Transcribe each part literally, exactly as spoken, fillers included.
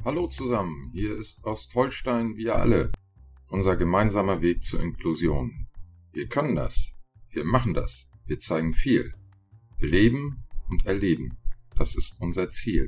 Hallo zusammen, hier ist Ostholstein wir alle, unser gemeinsamer Weg zur Inklusion. Wir können das, wir machen das, wir zeigen viel. Leben und erleben, das ist unser Ziel.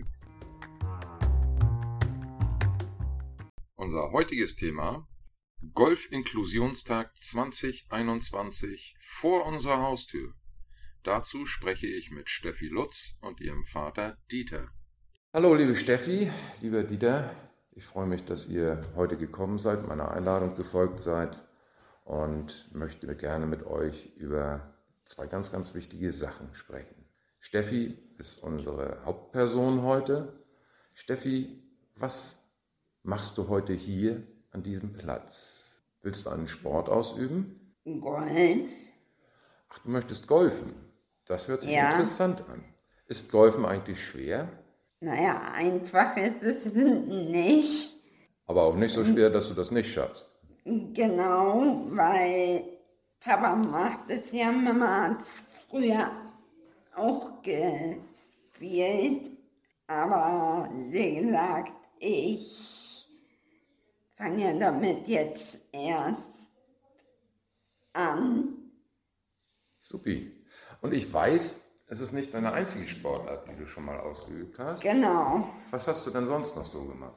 Unser heutiges Thema: Golf-Inklusionstag zwanzig einundzwanzig vor unserer Haustür. Dazu spreche ich mit Steffi Lutz und ihrem Vater Dieter. Hallo liebe Steffi, lieber Dieter, ich freue mich, dass ihr heute gekommen seid, meiner Einladung gefolgt seid und möchte gerne mit euch über zwei ganz, ganz wichtige Sachen sprechen. Steffi ist unsere Hauptperson heute. Steffi, was machst du heute hier an diesem Platz? Willst du einen Sport ausüben? Golf. Ach, du möchtest golfen. Das hört sich Ja. interessant an. Ist Golfen eigentlich schwer? Naja, einfach ist es nicht. Aber auch nicht so schwer, dass du das nicht schaffst. Genau, weil Papa macht es ja, Mama hat es früher auch gespielt. Aber wie gesagt, ich fange damit jetzt erst an. Supi. Und ich weiß, es ist nicht deine einzige Sportart, die du schon mal ausgeübt hast. Genau. Was hast du denn sonst noch so gemacht?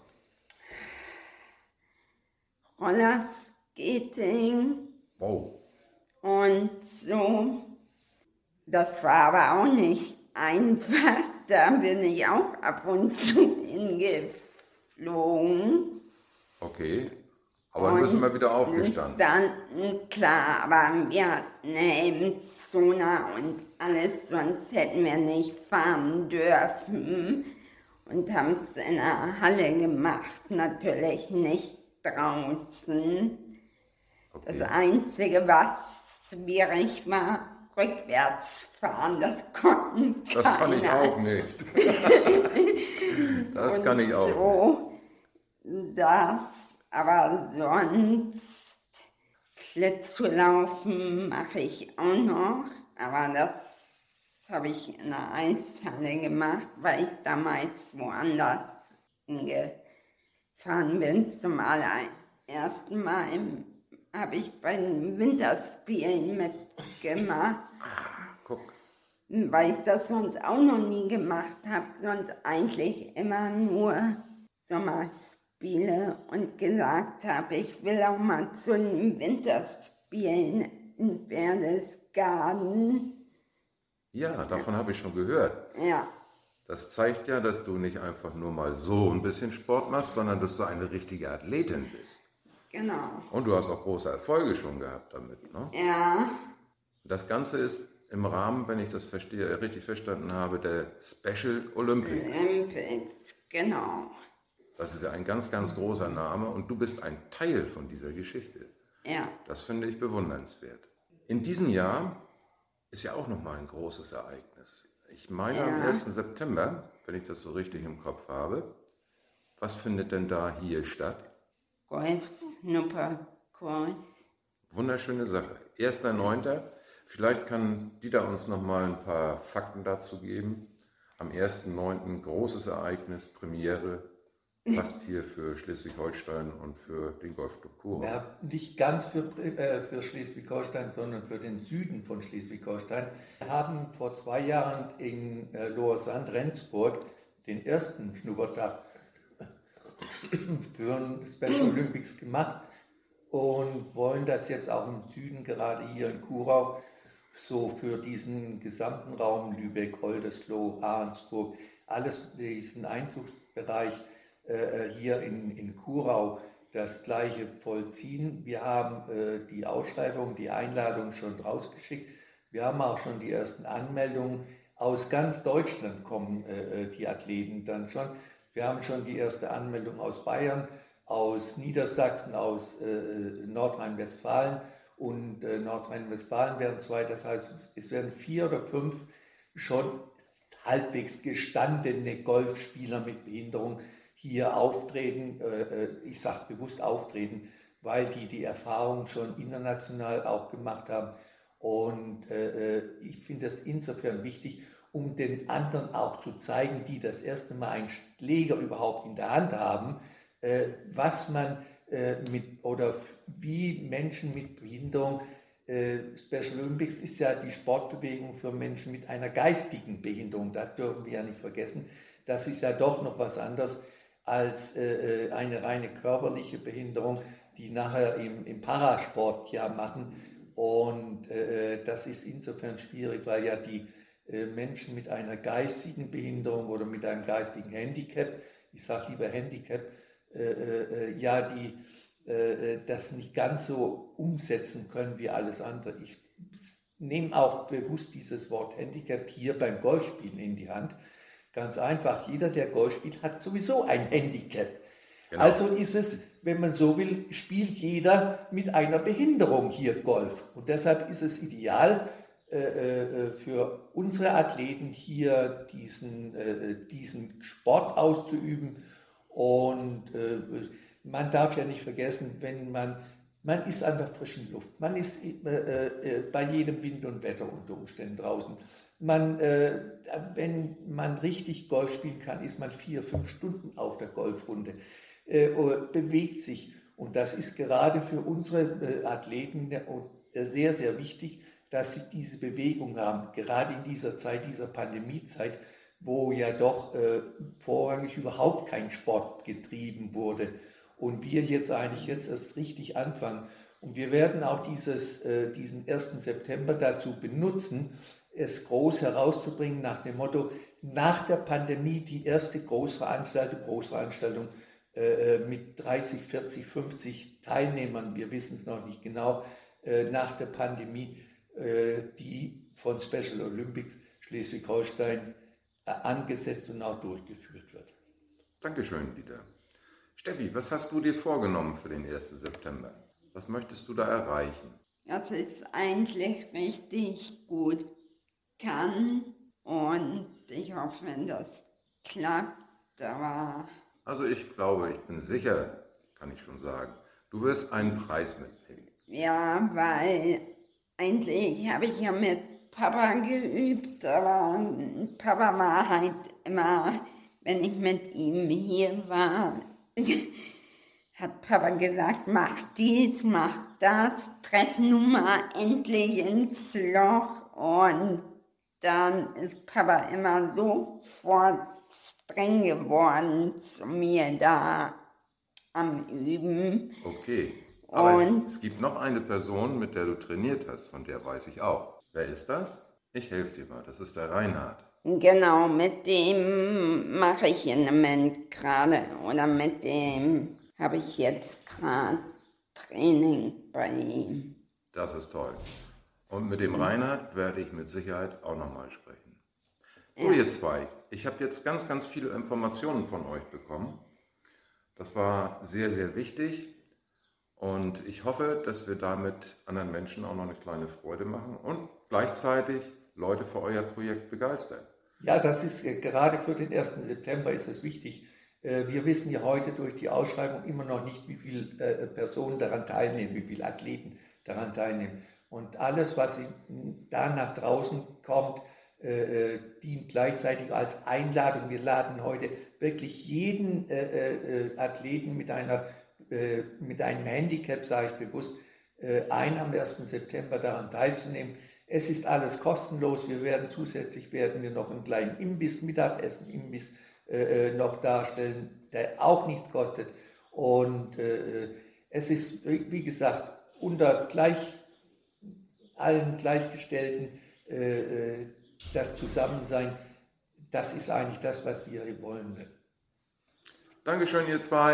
Rollerskating Wow. und so. Das war aber auch nicht einfach. Da bin ich auch ab und zu hingeflogen. Okay. Aber du bist immer wieder aufgestanden. Dann, klar, aber wir hatten eben Zona und alles, sonst hätten wir nicht fahren dürfen. Und haben es in der Halle gemacht, natürlich nicht draußen. Okay. Das Einzige, was schwierig war, rückwärts fahren, das konnten keiner. Das kann ich auch nicht. Das und kann ich auch so, nicht. Das, aber sonst Schlittschuhlaufen mache ich auch noch, aber das habe ich in der Eishalle gemacht, weil ich damals woanders hingefahren bin. Zum allerersten Mal habe ich bei den Winterspielen mitgemacht. Ah, guck. Weil ich das sonst auch noch nie gemacht habe, sonst eigentlich immer nur Sommerspiele und gesagt habe, ich will auch mal zu den Winterspielen in Berchtesgaden. Ja, davon habe ich schon gehört. Ja, Das zeigt ja, dass du nicht einfach nur mal so ein bisschen Sport machst, sondern dass du eine richtige Athletin bist. genau. Und du hast auch große Erfolge schon gehabt damit, ne? Ja, Das Ganze ist im Rahmen, wenn ich das verstehe, richtig verstanden habe, der Special Olympics. Olympics, genau. Das ist ja ein ganz, ganz großer Name und du bist ein Teil von dieser Geschichte. Ja, Das finde ich bewundernswert. In diesem Jahr ist ja auch nochmal ein großes Ereignis. Ich meine Ja. am ersten September, wenn ich das so richtig im Kopf habe. Was findet denn da hier statt? Golf-Snooperkurs. Wunderschöne Sache. erster neunter Vielleicht kann Dieter uns nochmal ein paar Fakten dazu geben. Am ersten neunten großes Ereignis, Premiere, fast hier für Schleswig-Holstein und für den Golfclub Kurau. Ja, nicht ganz für, äh, für Schleswig-Holstein, sondern für den Süden von Schleswig-Holstein. Wir haben vor zwei Jahren in äh, Lohersand, Rendsburg, den ersten Schnuppertag für ein Special Olympics gemacht und wollen das jetzt auch im Süden, gerade hier in Kurau, so für diesen gesamten Raum Lübeck, Oldesloe, Ahrensburg, alles diesen Einzugsbereich äh, hier in, in Kurau das Gleiche vollziehen. Wir haben äh, die Ausschreibung, die Einladung schon rausgeschickt. Wir haben auch schon die ersten Anmeldungen. Aus ganz Deutschland kommen äh, die Athleten dann schon. Wir haben schon die erste Anmeldung aus Bayern, aus Niedersachsen, aus äh, Nordrhein-Westfalen. Und äh, Nordrhein-Westfalen werden zwei, das heißt, es werden vier oder fünf schon halbwegs gestandene Golfspieler mit Behinderung hier auftreten. Äh, ich sage bewusst auftreten, weil die die Erfahrung schon international auch gemacht haben. Und äh, ich finde das insofern wichtig um den anderen auch zu zeigen, die das erste Mal einen Schläger überhaupt in der Hand haben, äh, was man äh, mit oder wie Menschen mit Behinderung, äh, Special Olympics ist ja die Sportbewegung für Menschen mit einer geistigen Behinderung, das dürfen wir ja nicht vergessen. Das ist ja doch noch was anderes als äh, eine reine körperliche Behinderung, die nachher im, im Parasport ja machen. Und äh, das ist insofern schwierig, weil ja die äh, Menschen mit einer geistigen Behinderung oder mit einem geistigen Handicap, ich sage lieber Handicap, äh, äh, ja, die äh, das nicht ganz so umsetzen können wie alles andere. Ich nehme auch bewusst dieses Wort Handicap hier beim Golfspielen in die Hand. Ganz einfach, jeder, der Golf spielt, hat sowieso ein Handicap. Genau. Also ist es, wenn man so will, spielt jeder mit einer Behinderung hier Golf. Und deshalb ist es ideal äh, äh, für unsere Athleten hier diesen, äh, diesen Sport auszuüben. Und äh, man darf ja nicht vergessen, wenn man, man ist an der frischen Luft, man ist äh, äh, bei jedem Wind und Wetter unter Umständen draußen. Man, äh, wenn man richtig Golf spielen kann, ist man vier, fünf Stunden auf der Golfrunde, äh, bewegt sich. Und das ist gerade für unsere äh, Athleten äh, sehr, sehr wichtig, dass sie diese Bewegung haben. Gerade in dieser Zeit, dieser Pandemiezeit, wo ja doch äh, vorrangig überhaupt kein Sport getrieben wurde. Und wir jetzt eigentlich jetzt erst richtig anfangen. Und wir werden auch dieses, äh, diesen ersten September dazu benutzen, es groß herauszubringen nach dem Motto, nach der Pandemie die erste Großveranstaltung, Großveranstaltung äh, mit dreißig, vierzig, fünfzig Teilnehmern, wir wissen es noch nicht genau, äh, nach der Pandemie, äh, die von Special Olympics Schleswig-Holstein äh, angesetzt und auch durchgeführt wird. Dankeschön, Dieter. Steffi, was hast du dir vorgenommen für den ersten September? Was möchtest du da erreichen? Das ist eigentlich richtig gut kann und ich hoffe, wenn das klappt, aber... Also ich glaube, ich bin sicher, kann ich schon sagen, du wirst einen Preis mitnehmen. Ja, weil eigentlich habe ich ja mit Papa geübt, aber Papa war halt immer, wenn ich mit ihm hier war, hat Papa gesagt, mach dies, mach das, treff nun mal endlich ins Loch. Und dann ist Papa immer sofort streng geworden zu mir da am Üben. Okay, aber Und es, es gibt noch eine Person, mit der du trainiert hast, von der weiß ich auch. Wer ist das? Ich helfe dir mal, das ist der Reinhard. Genau, mit dem mache ich im Moment gerade, oder mit dem habe ich jetzt gerade Training bei ihm. Das ist toll. Und mit dem Reinhard werde ich mit Sicherheit auch nochmal sprechen. So, ihr zwei, ich habe jetzt ganz, ganz viele Informationen von euch bekommen. Das war sehr, sehr wichtig und ich hoffe, dass wir damit anderen Menschen auch noch eine kleine Freude machen und gleichzeitig Leute für euer Projekt begeistern. Ja, das ist gerade für den ersten September ist es wichtig. Wir wissen ja heute durch die Ausschreibung immer noch nicht, wie viele Personen daran teilnehmen, wie viele Athleten daran teilnehmen. Und alles, was da nach draußen kommt, äh, dient gleichzeitig als Einladung. Wir laden heute wirklich jeden äh, äh, Athleten mit, einer, äh, mit einem Handicap, sage ich bewusst, äh, ein, am ersten September daran teilzunehmen. Es ist alles kostenlos. Wir werden zusätzlich werden wir noch einen kleinen Imbiss, Mittagessen, Imbiss äh, noch darstellen, der auch nichts kostet. Und äh, es ist, wie gesagt, unter gleich allen Gleichgestellten, äh, das Zusammensein, das ist eigentlich das, was wir hier wollen. Dankeschön, ihr zwei.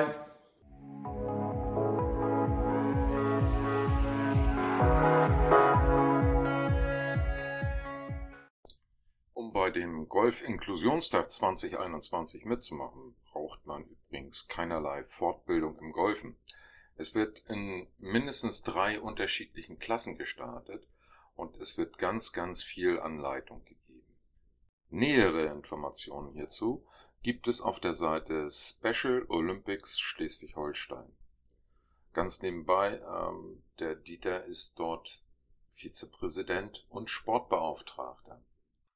Um bei dem Golf-Inklusionstag zwanzig einundzwanzig mitzumachen, braucht man übrigens keinerlei Fortbildung im Golfen. Es wird in mindestens drei unterschiedlichen Klassen gestartet und es wird ganz, ganz viel Anleitung gegeben. Nähere Informationen hierzu gibt es auf der Seite Special Olympics Schleswig-Holstein. Ganz nebenbei, ähm, der Dieter ist dort Vizepräsident und Sportbeauftragter.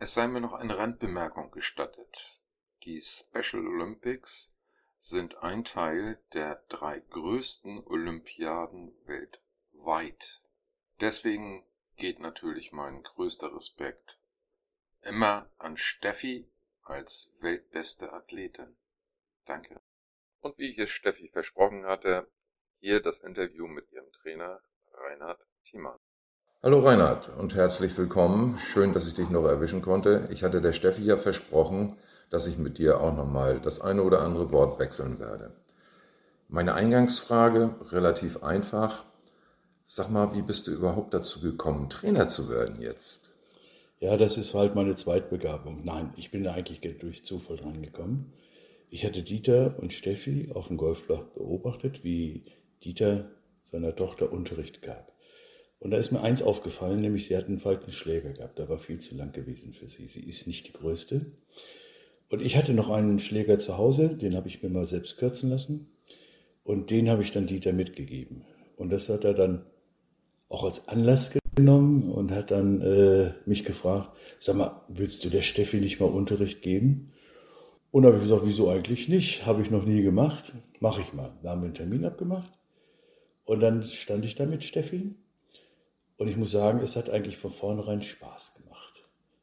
Es sei mir noch eine Randbemerkung gestattet. Die Special Olympics sind ein Teil der drei größten Olympiaden weltweit. Deswegen geht natürlich mein größter Respekt immer an Steffi als weltbeste Athletin. Danke. Und wie ich es Steffi versprochen hatte, hier das Interview mit ihrem Trainer Reinhard Thiemann. Hallo Reinhard und herzlich willkommen. Schön, dass ich dich noch erwischen konnte. Ich hatte der Steffi ja versprochen, dass ich mit dir auch nochmal das eine oder andere Wort wechseln werde. Meine Eingangsfrage, relativ einfach. Sag mal, wie bist du überhaupt dazu gekommen, Trainer zu werden jetzt? Ja, das ist halt meine Zweitbegabung. Nein, ich bin da eigentlich durch Zufall reingekommen. Ich hatte Dieter und Steffi auf dem Golfplatz beobachtet, wie Dieter seiner Tochter Unterricht gab. Und da ist mir eins aufgefallen, nämlich sie hat einen falschen Schläger gehabt. Der war viel zu lang gewesen für sie. Sie ist nicht die größte. Und ich hatte noch einen Schläger zu Hause, den habe ich mir mal selbst kürzen lassen. Und den habe ich dann Dieter mitgegeben. Und das hat er dann auch als Anlass genommen und hat dann äh, mich gefragt, sag mal, willst du der Steffi nicht mal Unterricht geben? Und da habe ich gesagt, wieso eigentlich nicht? Habe ich noch nie gemacht. Mache ich mal. Da haben wir einen Termin abgemacht. Und dann stand ich da mit Steffi. Und ich muss sagen, es hat eigentlich von vornherein Spaß gemacht.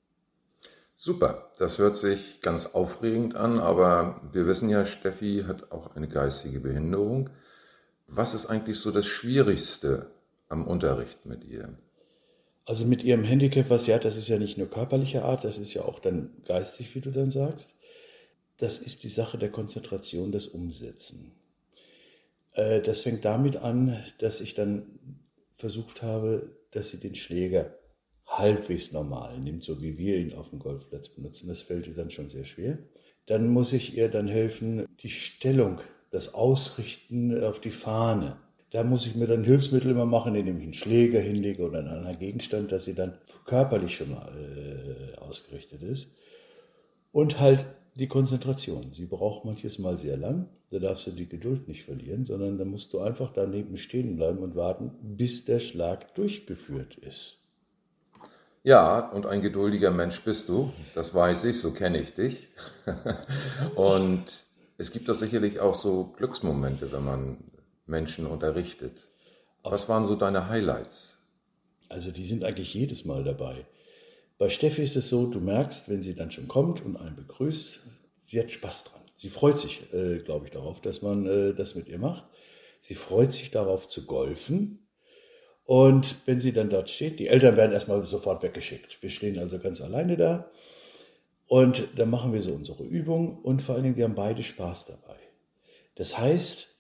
Super, das hört sich ganz aufregend an, aber wir wissen ja, Steffi hat auch eine geistige Behinderung. Was ist eigentlich so das Schwierigste am Unterricht mit ihr? Also mit ihrem Handicap, was sie hat, das ist ja nicht nur körperlicher Art, das ist ja auch dann geistig, wie du dann sagst. Das ist die Sache der Konzentration, des Umsetzen. Das fängt damit an, dass ich dann versucht habe, dass sie den Schläger halbwegs normal nimmt, so wie wir ihn auf dem Golfplatz benutzen. Das fällt ihr dann schon sehr schwer. Dann muss ich ihr dann helfen, die Stellung, das Ausrichten auf die Fahne. Da muss ich mir dann Hilfsmittel immer machen, indem ich einen Schläger hinlege oder einen anderen Gegenstand, dass sie dann körperlich schon mal äh, ausgerichtet ist. Und halt die Konzentration. Sie braucht manches Mal sehr lang. Da darfst du die Geduld nicht verlieren, sondern da musst du einfach daneben stehen bleiben und warten, bis der Schlag durchgeführt ist. Ja, und ein geduldiger Mensch bist du, das weiß ich, so kenne ich dich. Und es gibt doch sicherlich auch so Glücksmomente, wenn man Menschen unterrichtet. Was waren so deine Highlights? Also die sind eigentlich jedes Mal dabei. Bei Steffi ist es so, du merkst, wenn sie dann schon kommt und einen begrüßt, sie hat Spaß dran. Sie freut sich, äh, glaube ich, darauf, dass man äh, das mit ihr macht. Sie freut sich darauf zu golfen. Und wenn sie dann dort steht, die Eltern werden erstmal sofort weggeschickt. Wir stehen also ganz alleine da. Und dann machen wir so unsere Übung. Und vor allen Dingen, wir haben beide Spaß dabei. Das heißt,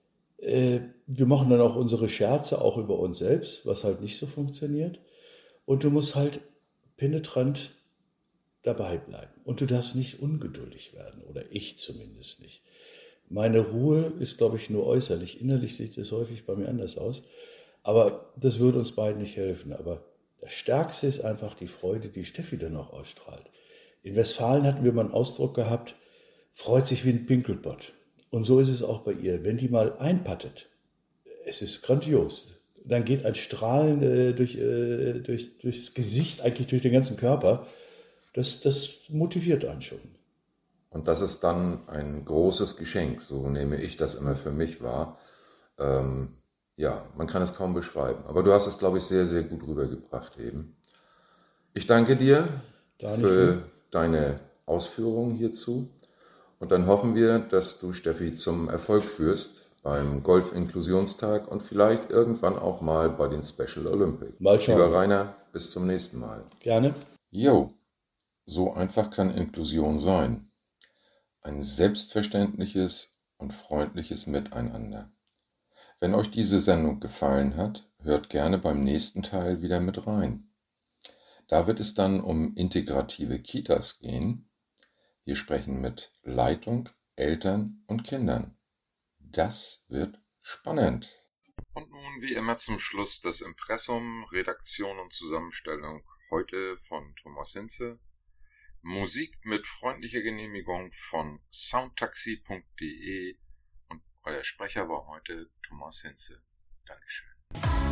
äh, wir machen dann auch unsere Scherze, auch über uns selbst, was halt nicht so funktioniert. Und du musst halt penetrant dabei bleiben. Und du darfst nicht ungeduldig werden, oder ich zumindest nicht. Meine Ruhe ist, glaube ich, nur äußerlich. Innerlich sieht es häufig bei mir anders aus. Aber das würde uns beiden nicht helfen. Aber das Stärkste ist einfach die Freude, die Steffi dann auch ausstrahlt. In Westfalen hatten wir mal einen Ausdruck gehabt, freut sich wie ein Pinkelpott. Und so ist es auch bei ihr. Wenn die mal einpattet, es ist grandios. Dann geht ein Strahlen äh, durch, äh, durch, durchs Gesicht, eigentlich durch den ganzen Körper. Das, das motiviert einen schon. Und das ist dann ein großes Geschenk, so nehme ich das immer für mich wahr. Ähm, ja, man kann es kaum beschreiben. Aber du hast es, glaube ich, sehr, sehr gut rübergebracht eben. Ich danke dir für deine Ausführungen hierzu. Und dann hoffen wir, dass du Steffi zum Erfolg führst beim Golf-Inklusionstag und vielleicht irgendwann auch mal bei den Special Olympics. Mal schauen. Lieber Rainer, bis zum nächsten Mal. Gerne. Jo, so einfach kann Inklusion sein. Ein selbstverständliches und freundliches Miteinander. Wenn euch diese Sendung gefallen hat, hört gerne beim nächsten Teil wieder mit rein. Da wird es dann um integrative Kitas gehen. Wir sprechen mit Leitung, Eltern und Kindern. Das wird spannend. Und nun wie immer zum Schluss das Impressum, Redaktion und Zusammenstellung heute von Thomas Hinze. Musik mit freundlicher Genehmigung von soundtaxi punkt de und euer Sprecher war heute Thomas Hinze. Dankeschön.